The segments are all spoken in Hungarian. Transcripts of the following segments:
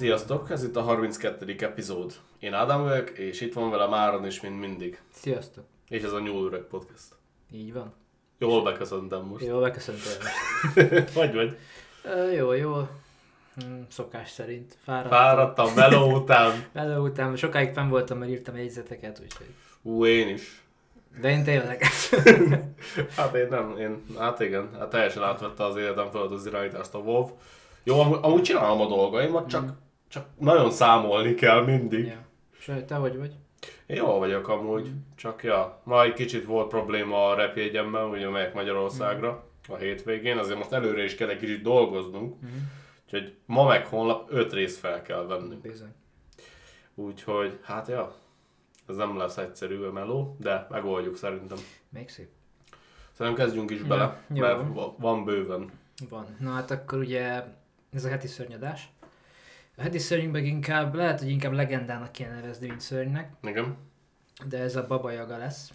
Sziasztok, ez itt a 32. epizód. Én Ádám vagyok, és itt van velem Áron is, mint mindig. Sziasztok. És ez a Nyúlüreg Podcast. Így van. Jól beköszöntem most. Jól beköszöntél. Vagy? Jó. Szokás szerint. Fáradtam, meló után. Meló után. Sokáig fenn voltam, mert írtam jegyzeteket, úgyhogy... Én is. De én tényleg. Hát igen, teljesen átvette az életem felett az irányítást a WoW. Jó, amúgy csinálom a dolgaimat, csak nagyon számolni kell mindig. Ja. És te hogy vagy? Én jól vagyok amúgy, csak ma egy kicsit volt probléma a repjegyemmel, ugye megyek Magyarországra a hétvégén, azért most előre is kell egy kicsit dolgoznunk, úgyhogy ma meg holnap 5 részt fel kell vennünk. Bizony. Úgyhogy, ez nem lesz egyszerű a meló, de megoldjuk szerintem. Még szép. Szerintem kezdjünk is bele, jó. mert van bőven. Van. Na hát akkor ugye ez a heti szörnyadás. A heti szörnyünkben lehet, hogy inkább legendának kéne nevezni, mint szörnynek, Igen. de ez a Baba Yaga lesz.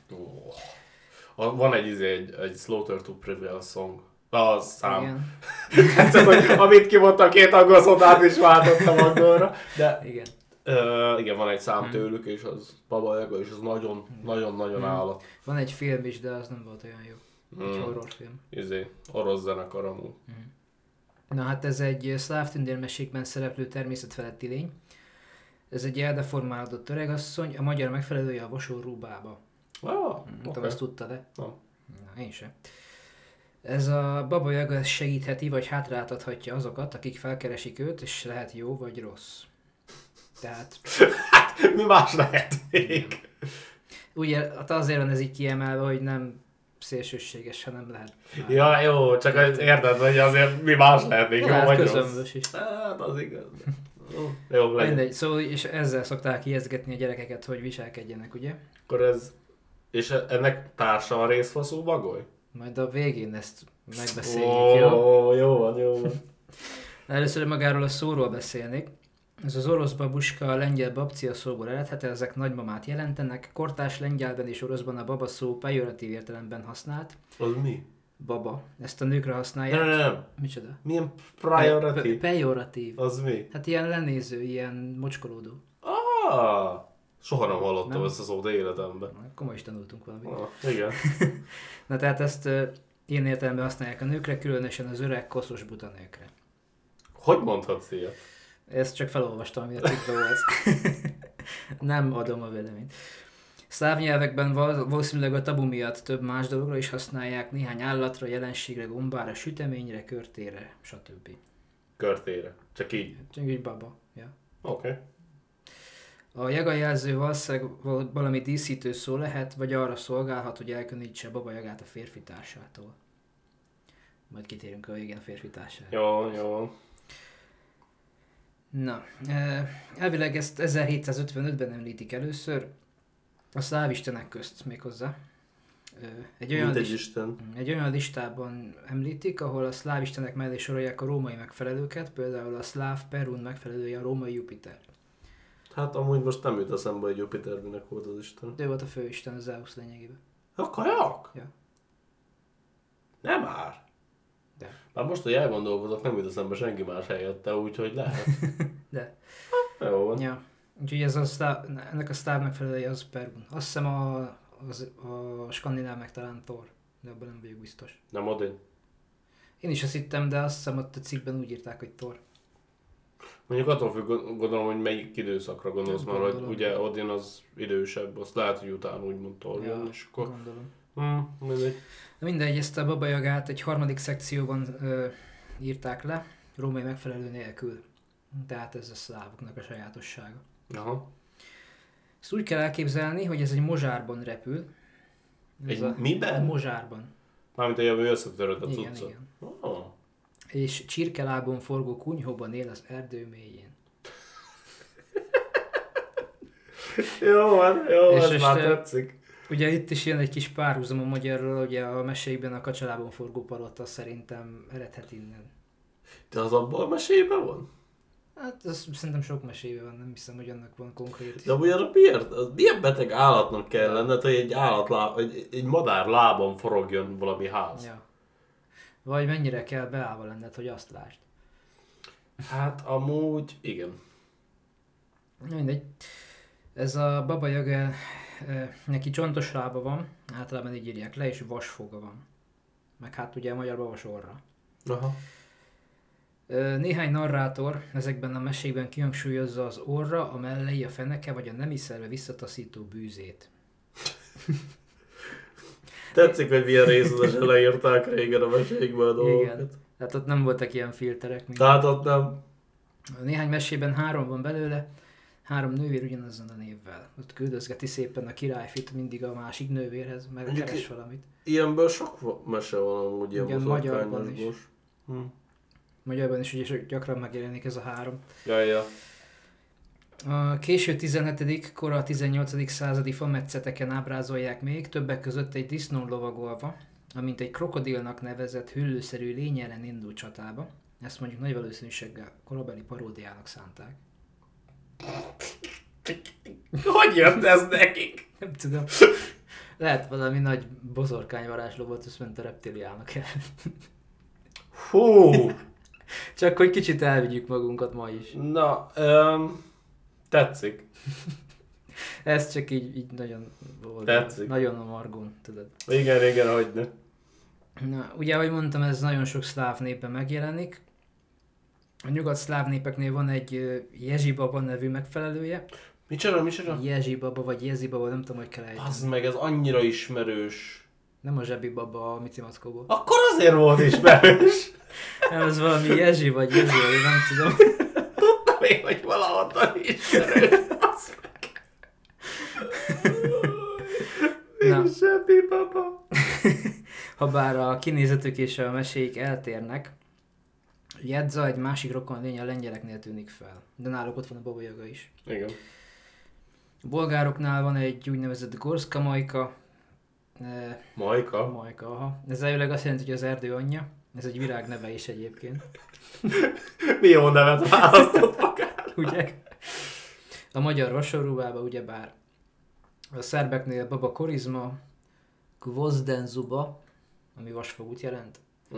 Van egy Slaughter to Prevail song. A szám. Igen. Tetszett, hogy amit kimondtam, 2 angol szótát is váltottam angolra. De Igen. igen, van egy szám tőlük, és az Baba Yaga, és az nagyon-nagyon állat. Van egy film is, de az nem volt olyan jó. Egy horrorfilm. Orosz zenekar amúgy. Na hát ez egy szláv tündérmesékben szereplő természetfeletti lény. Ez egy eldeformálódott öregasszony, a magyar megfelelője a Vasó Rúbába. Nem tudom, ezt tudta, de? Nem. Na, én sem. Ez a Baba Yaga segítheti, vagy hátráltathatja azokat, akik felkeresik őt, és lehet jó, vagy rossz. Tehát... Mi más lehet még? Ugye azért van ez így kiemelve, hogy nem szélsőséges, hanem lehet. Ja, jó, csak érted, hogy azért mi más lehet még, jó vagy rossz. Közömbös is. Hát az igaz. Jó, legyen. Mindegy, szóval és ezzel szokták ijesztgetni a gyerekeket, hogy viselkedjenek, ugye? Akkor ez... És ennek társa a részfaszú bagoly? Majd a végén ezt megbeszéljük, jó? Jó van. Először magáról a szóról beszélnék. Ez az orosz babuska a lengyel babcia szóból eredhet, ezek nagymamát jelentenek. Kortárs lengyelben és oroszban a baba szó pejoratív értelemben használt. Az mi? Baba. Ezt a nőkre használják. Nem. Micsoda? Milyen pejoratív? Pejoratív. Az mi? Hát ilyen lenéző, ilyen mocskolódó. Soha nem hallottam Nem? ezt a szót életemben. Akkor ma is tanultunk valamit. Igen. Na tehát ezt ilyen értelemben használják a nőkre, különösen az öreg, koszos buta nőkre. Hogy mondhatsz ilyet? Ezt csak felolvastam, ami a cikkben volt. Nem adom a véleményt. Szláv nyelvekben valószínűleg a tabu miatt több más dologra is használják, néhány állatra, jelenségre, gombára, süteményre, körtére, stb. Körtére. Csak így. Csak így baba. Ja. Oké. A jaga jelző valószínűleg valami díszítő szó lehet, vagy arra szolgálhat, hogy elkülönítse a Baba Yagát a férfi társától. Majd kitérünk a végén a férfi társára. Jó. Na, elvileg ezt 1755-ben említik először, a szláv istenek közt méghozzá. Egy olyan listában említik, ahol a szláv istenek mellé sorolják a római megfelelőket, például a szláv Perun megfelelője a római Jupiter. Hát amúgy most nem jut eszembe, hogy Jupiter minek volt az isten. De ő volt a főisten, az Zeus lényegében. A kajak? Ja. Nem már. De. Már most, hogy elgondolkozok, nem jut eszembe senki más helyette, úgyhogy lehet. De. Jó van. Ja. Úgyhogy ez ennek a szláv megfelelője az Perun. Azt hiszem a skandinávnek talán Thor, de abban nem vagyok biztos. Nem Odin. Én is azt hittem, de azt hiszem ott a cikkben úgy írták, hogy Thor. Mondjuk attól függ, gondolom, hogy melyik időszakra gondolsz már, hogy Gondolom. ugye Odin az idősebb, azt lehet, hogy utána úgymond Thor jön, és akkor... Gondolom. Mindegy. Mindegy, ezt a Baba Yagát egy harmadik szekcióban írták le, római megfelelő nélkül. Tehát ez a szlávoknak a sajátossága. Aha. Ezt úgy kell elképzelni, hogy ez egy mozsárban repül. Miben? Mozsárban. Mármint, hogy ő összetörött a Igen, cuccot. igen. Oh. És csirkelábon forgó kunyhóban él az erdő mélyén. Jó, És ez már tetszik. Ugye itt is jön egy kis párhuzam a magyarról, ugye a mesékben a kacsalábon forgó palota szerintem eredhet innen. De az abban a mesében van? Hát ez szerintem sok mesében van, nem hiszem, hogy annak van konkrét. De ugye milyen beteg állatnak kell lenned, hogy egy madár lábon forogjon valami ház? Ja. Vagy mennyire kell beállva lenned, hogy azt lásd. Hát amúgy igen. Mindegy. Ez a Baba Yaga, neki csontos lába van, általában így írják le, és vasfoga van. Meg hát ugye a magyarban vas orra. Aha. Néhány narrátor ezekben a mesékben kihangsúlyozza az orra, a mellei, a feneke vagy a nemi szerve visszataszító bűzét. Tetszik, hogy milyen részletesen leírták régen a mesékben a dolgokat. Igen. Tehát ott nem voltak ilyen filterek. Tehát ott nem. Néhány mesében 3 van belőle, 3 nővér ugyanazzal a névvel. Ott küldözgeti szépen a királyfit mindig a másik nővérhez, meg keres valamit. Ilyenből sok mese van amúgy, ilyen magyarban is. Magyarban is ugye gyakran megjelenik ez a 3. Ja. A késő 17. kora 18. századi fametszeteken ábrázolják még, többek között egy disznón lovagolva, amint egy krokodilnak nevezett hüllőszerű lény ellen indul csatába. Ezt mondjuk nagy valószínűséggel korabeli paródiának szánták. Hogy jött ez nekik? Nem tudom. Lehet valami nagy bozorkányvarázsló volt, azt ment a reptiliának el. Hú! Csak hogy kicsit elvigyük magunkat ma is. Na, tetszik. Ez csak így nagyon volt. Tetszik. Nagyon a margón, tudod. Igen, hogyne. Na, ugye, ahogy mondtam, ez nagyon sok szláv népben megjelenik. A nyugat-szláv népeknél van egy Jezsibaba nevű megfelelője. Micsoda? Jezsibaba vagy Jezibaba, nem tudom, hogy kell ejteni. Az meg, ez annyira ismerős. Nem a Zsebibaba a Mici Mackóból. Akkor azért volt ismerős. Nem, ez valami Jezsi vagy Jezi, nem tudom. Tudtam én, hogy valahonnan ismerős. Na. Zsebibaba. Habár a kinézetük és a meséik eltérnek, Jedza egy másik rokon lény a lengyeleknél tűnik fel, de náluk ott van a Baba Yaga is. Igen. A bolgároknál van egy úgynevezett Gorszka Majka. Majka? Majka, aha. Ez elvileg azt jelenti, hogy az erdő anyja. Ez egy virág neve is egyébként. Mi jó nevet választott magát. Ugye? A magyar vasorúbában ugyebár a szerbeknél Baba Korizma, Gvozdenzuba, ami vasfogút jelent.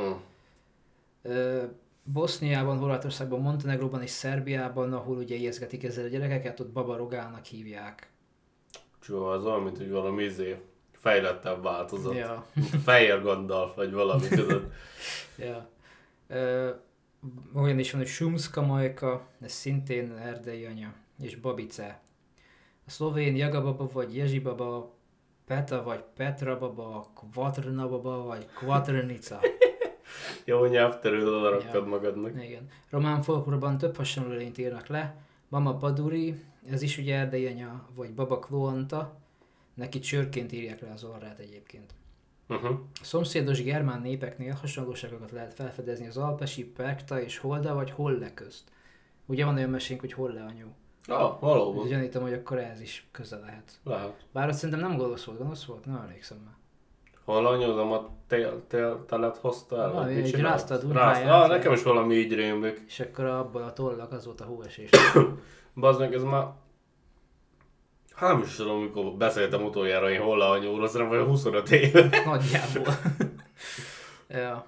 Boszniában, Horvátországban, Montenegróban és Szerbiában, ahol ugye ijeszgetik ezzel a gyerekeket, ott Baba Rogának hívják. Csó, az olyan, mint hogy valami fejlettebb változat. Ja. Fehér Gandalf, vagy valami, tudod. Ja. Olyan is van, hogy Shumska Majka, ez szintén erdei anya, és Babice. A szlovén Jagababa vagy Jezsibaba, Peta vagy Petra baba, Kvatrna baba vagy Kvatrnica. Jó nyelvterül oda raktad magadnak. Igen. Román folklórban több hasonló lényt írnak le. Mama Paduri, ez is ugye erdei anya, vagy Baba Kloanta, neki csőrként írják le az orrát egyébként. A szomszédos germán népeknél hasonlóságokat lehet felfedezni az alpesi, Pekta és Holda vagy Holle közt. Ugye van olyan mesénk, hogy Holle anyu. Valóban. Gyanítom, hogy akkor ez is köze lehet. Lehet. Bár ott szerintem nem gonosz volt? Nem emlékszem már. Hol anyózom a telet hozta el? Valami, egy rázta a durváját. Nekem is valami így rémlik. És akkor abból a tollak az volt a hóesés. Bazd meg, ez már... Nem is tudom, amikor beszéltem utoljára én Holla anyóról, szerintem vagy 25 éve. Nagyjából. Ja.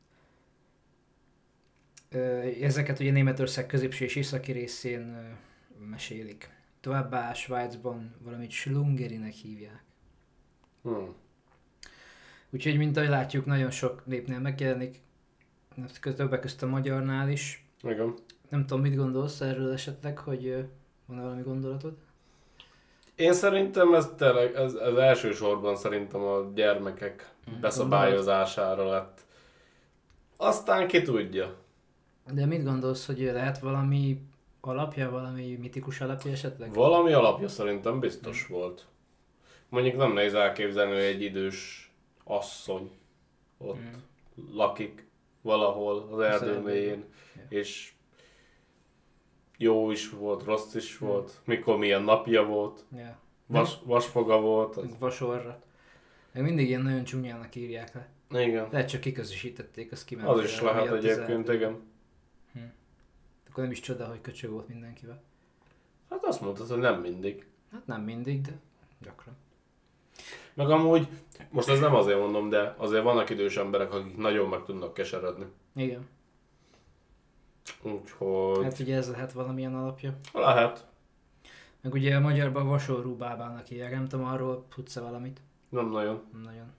Ezeket ugye Németország középső és északi részén mesélik. Továbbá Svájcban valamit Schlungerinek hívják. Úgyhogy, mint ahogy látjuk, nagyon sok népnél megjelenik, többek között a magyarnál is. Igen. Nem tudom, mit gondolsz erről esetleg, hogy van valami gondolatod? Én szerintem ez tényleg, ez elsősorban szerintem a gyermekek beszabályozására lett. Aztán ki tudja. De mit gondolsz, hogy lehet valami alapja, valami mitikus alapja esetleg? Valami alapja szerintem biztos volt. Mondjuk nem nehéz elképzelni, hogy egy idős asszony ott lakik valahol az erdő mélyén, és jó is volt, rossz is volt, mikor milyen napja volt, vasfoga volt. Vasorra. Meg mindig ilyen nagyon csúnyának írják le. Igen. Lehet csak kiközösítették, az kiment. Az is lehet egyébként, igen. Akkor nem is csoda, hogy köcsög volt mindenkivel. Hát azt mondtad, hogy nem mindig. Hát nem mindig, de gyakran. Meg amúgy, most ez nem azért mondom, de azért vannak idős emberek, akik nagyon meg tudnak keseredni. Igen. Úgyhogy... Hát ugye ez lehet valamilyen alapja. Lehet. Meg ugye a magyarban vasorú bábának hívják, nem tudom, arról tudsz-e valamit? Nem nagyon. Nem nagyon.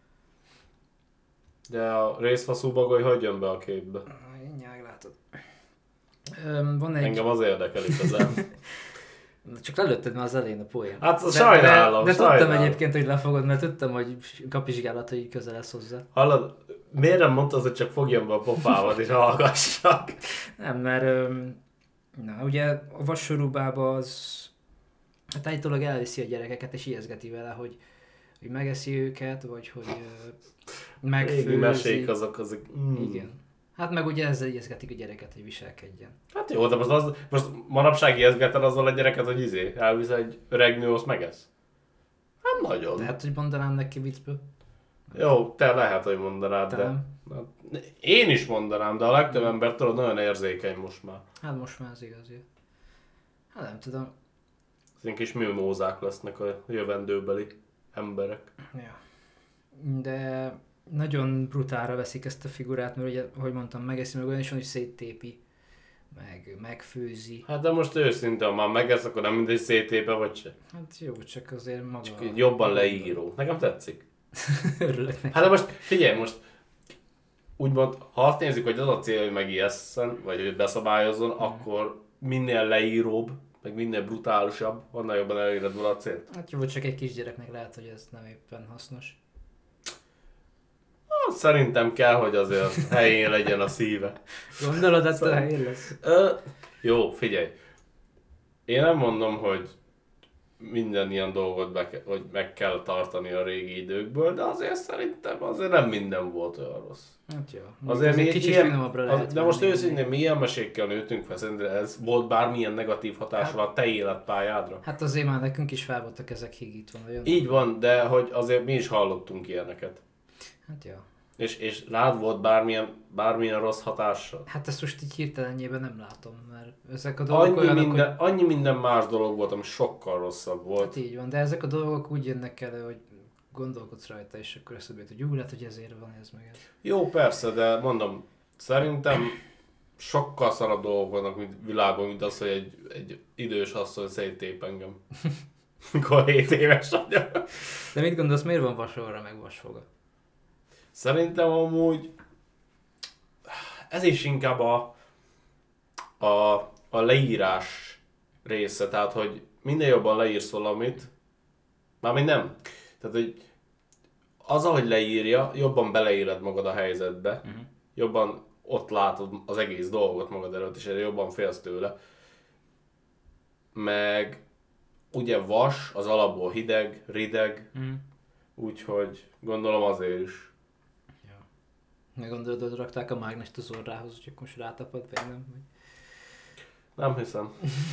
De a részfaszú bagoly hogy jön be a képbe? Mindjárt látod. Van egy... Engem az érdekel igazán. Csak lelőtted már az elején a poén. Hát sajnálom, de tudtam egyébként, hogy lefogod, mert tudtam, hogy kapizsgálat, hogy közel lesz hozzá. Hallod, miért nem mondtad, hogy csak fogjam be a pofámat és hallgassak? Nem, mert na, ugye a vassorú bába az hát állítólag elviszi a gyerekeket és ijeszgeti vele, hogy megeszi őket, vagy hogy megfőzi. Régi mesék azok. Igen. Hát meg ugye ezzel ijeszgetik a gyereket, hogy viselkedjen. Hát jó, de most manapság ijeszgeted azzal a gyereket, hogy elvisz egy öreg nő, azt megesz? Nem nagyon. Lehet, hogy mondanám neki viccből. Jó, te lehet, hogy mondanád, de... Én is mondanám, de a legtöbb ember tudod nagyon érzékeny most már. Hát most már az igazért. Hát nem tudom. Az ilyen kis mimózák lesznek a jövendőbeli emberek. Ja. De nagyon brutálra veszik ezt a figurát, mert ugye, ahogy mondtam, megeszi, meg olyan is van, hogy széttépi, megfőzi. Hát de most őszintén, ha már megesz, akkor nem mindegy széttépe vagy se. Hát jó, csak azért maga... Csak jobban leíró. Nekem tetszik. Örülök neki. Hát de most figyelj, most úgymond, ha azt nézzük, hogy az a cél, hogy megijesszen, vagy hogy beszabályozzon, akkor minél leíróbb, meg minél brutálisabb, annál jobban eléred volna a célt. Hát jó, csak egy kisgyereknek lehet, hogy ez nem éppen hasznos. Szerintem kell, hogy azért helyén legyen a szíve. Gondolod, ettől helyén lesz? Jó, figyelj. Én nem mondom, hogy minden ilyen dolgot hogy meg kell tartani a régi időkből, de azért szerintem azért nem minden volt olyan rossz. Hát jó. Azért mi kicsit finomabbra lehet. de most őszintén mi ilyen mesékkel nőttünk fel, szerintem ez volt bármilyen negatív hatással a te életpályádra? Hát azért már nekünk is fel voltak ezek hígítva nagyon. Így van, de hogy azért mi is hallottunk ilyeneket. Hát jó. És rád volt bármilyen rossz hatással? Hát ezt most így hirtelenjében nem látom, mert ezek a dolgok olyanok, annyi minden más dolog volt, ami sokkal rosszabb volt. Hát így van, de ezek a dolgok úgy jönnek elő, hogy gondolkodsz rajta, és akkor eszedbe jut, hogy jó, lehet, hogy ezért van ez meg ez. Jó, persze, de mondom, szerintem sokkal szarabb dolgok vannak világon, mint az, hogy egy idős asszony széttép engem. Mikor 7 éves vagyok. De mit gondolsz, miért van vasorra meg vasfoga? Szerintem amúgy ez is inkább a leírás része, tehát hogy minél jobban leírsz valamit, mármint nem, tehát hogy az, ahogy leírja, jobban beleéled magad a helyzetbe, jobban ott látod az egész dolgot magad előtt, és erre jobban félsz tőle. Meg ugye vas, az alapból hideg, rideg, úgyhogy gondolom azért is. Meg gondolod, hogy rakták a mágnest az orrához, hogy most rátapad, vagy nem? Nem hiszem.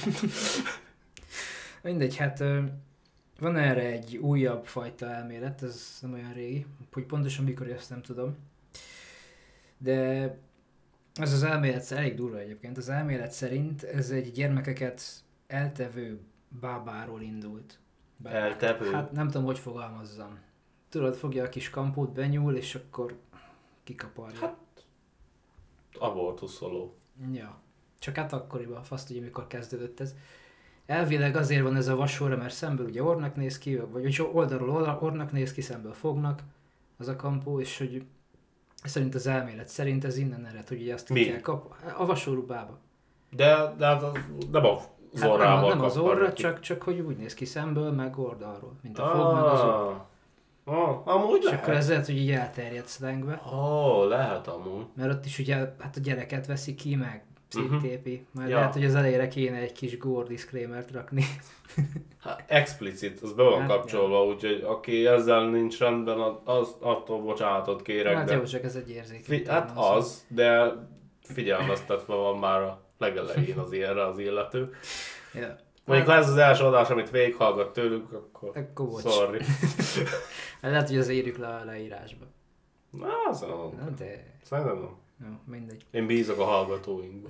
Mindegy, hát van erre egy újabb fajta elmélet, ez nem olyan régi, hogy pontosan mikor ezt nem tudom. De ez az elmélet elég durva egyébként. Az elmélet szerint ez egy gyermekeket eltevő bábáról indult. Eltevő? Hát nem tudom, hogy fogalmazzam. Tudod, fogja a kis kampót, benyúl, és akkor kikaparja. Hát, abortuszoló. Ja. Csak hát akkoriban, azt ugye mikor kezdődött ez. Elvileg azért van ez a vasóra, mert szemből ugye orrnak néz ki, vagy oldalról orrnak néz ki, szemből fognak az a kampó, és hogy szerint az elmélet szerint ez innen ered, hogy ugye azt ki kell a vasórú bába. De nem az orrával nem az orra, csak hogy úgy néz ki szemből, meg oldalról, mint a fog, meg az orr. Amúgy és lehet. akkor ez lehet, hogy így elterjed szlengbe. Lehet amúgy. Mert ott is ugye hát a gyereket veszi ki, meg széttépi. Majd Ja. lehet, hogy az elejére kéne egy kis gore disclaimert rakni. Hát explicit, az be van kapcsolva, úgyhogy aki ezzel nincs rendben, az attól bocsánatot kérek. Hát jó, csak ez egy érzékeny. Hát az, de figyelmeztetve van már a legelején az ilyenre az illető. Ja. Mondjuk ha ez az első adás, amit végighallgat tőlük, akkor sorry. Lehet, hogy az írjuk le a leírásba. Na, szerintem nem. Jó, mindegy. Én bízok a hallgatóinkba.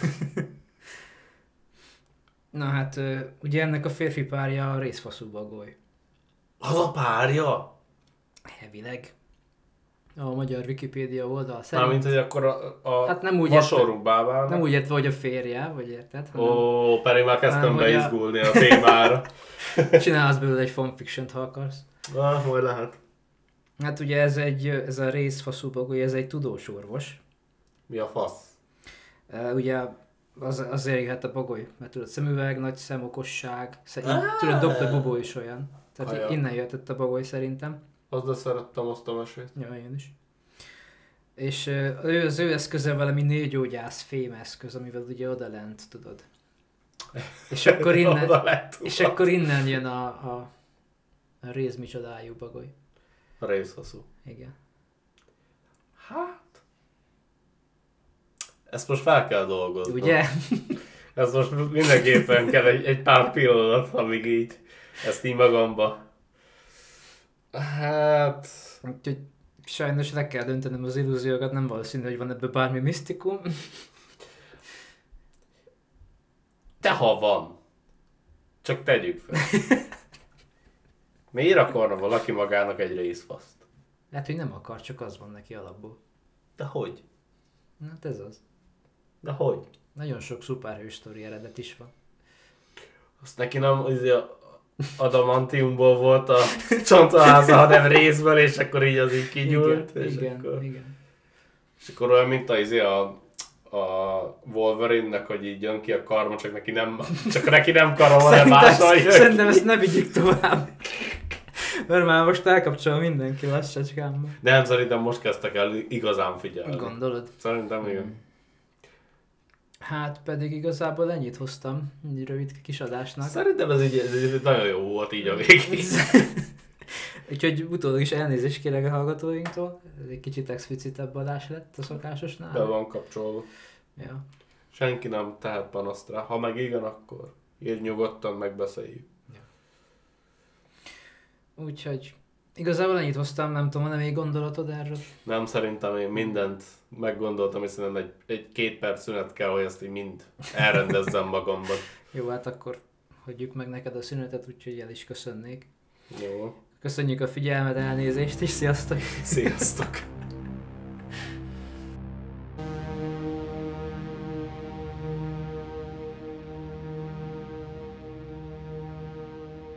Na hát, ugye ennek a férfi párja a részfaszú bagoly. Az a párja? Hevileg. a magyar Wikipédia oldal szerint. Mármint, hogy akkor a hát nem úgy hasonlóbbá válnak. Nem úgy értve, hogy a férje, vagy érted? Ó, pedig már kezdtem beizgulni a témára. Csinálsz belőle egy fanfiction-t, ha akarsz. Majd lehet. Hát ugye ez a részfaszú bagoly, ez egy tudós orvos. Mi a fasz? Ugye azért jöhet a bagoly, mert tudod, szemüveg, nagy szem, okosság, tudod, Dr. Bobo is olyan. Tehát innen jöhetett a bagoly szerintem. Azzal szerettem azt a mesét. Ja, én is. És az ő eszköze valami nőgyógyász fémeszköz, amivel ugye odalent, tudod. És akkor innen jön a réz micsodájú bagoly. A részfaszú. Igen. Hát... Ezt most fel kell dolgozni. Ugye? Ez most mindenképpen kell egy pár pillanat, amíg így ezt így magamba. Hát... Úgyhogy sajnos le kell döntenem az illúziókat, nem valószínű, hogy van ebben bármi misztikum. De ha van, csak tegyük fel. Miért akarna valaki magának egy részfaszt? Hát, hogy nem akar, csak az van neki alapból. De hogy? Hát ez az. De hogy? Nagyon sok szuperhős sztori eredet is van. Azt neki nem adamantiumból volt a csontaháza, hanem részből, és akkor így az így kinyúlt. Igen. És akkor olyan, mint a Wolverine-nek, hogy így jön ki a karma, csak neki nem karom, hanem mással jön. Szerintem ezt ne vigyük tovább. Mert már most elkapcsol mindenki lassacskámba. Nem, szerintem most kezdtek el igazán figyelni. Gondolod? Szerintem igen. Hát pedig igazából ennyit hoztam, egy rövid kis adásnak. Szerintem ez így nagyon jó volt így a végén. Úgyhogy utólag is elnézést kérek a hallgatóinktól. Ez egy kicsit explicitebb adás lett a szokásosnál. Be van kapcsolva. Ja. Senki nem tehet panaszt rá. Ha meg igen, akkor így nyugodtan megbeszéljük. Ja. Úgyhogy igazából ennyit hoztam, nem tudom, van-e még gondolatod erről? Nem, szerintem én mindent meggondoltam, és szerintem egy 2 perc szünet kell, hogy ezt így mind elrendezzem magamban. Jó, hát akkor hagyjuk meg neked a szünetet, úgyhogy el is köszönnék. Jó. Köszönjük a figyelmet, elnézést és sziasztok! Sziasztok!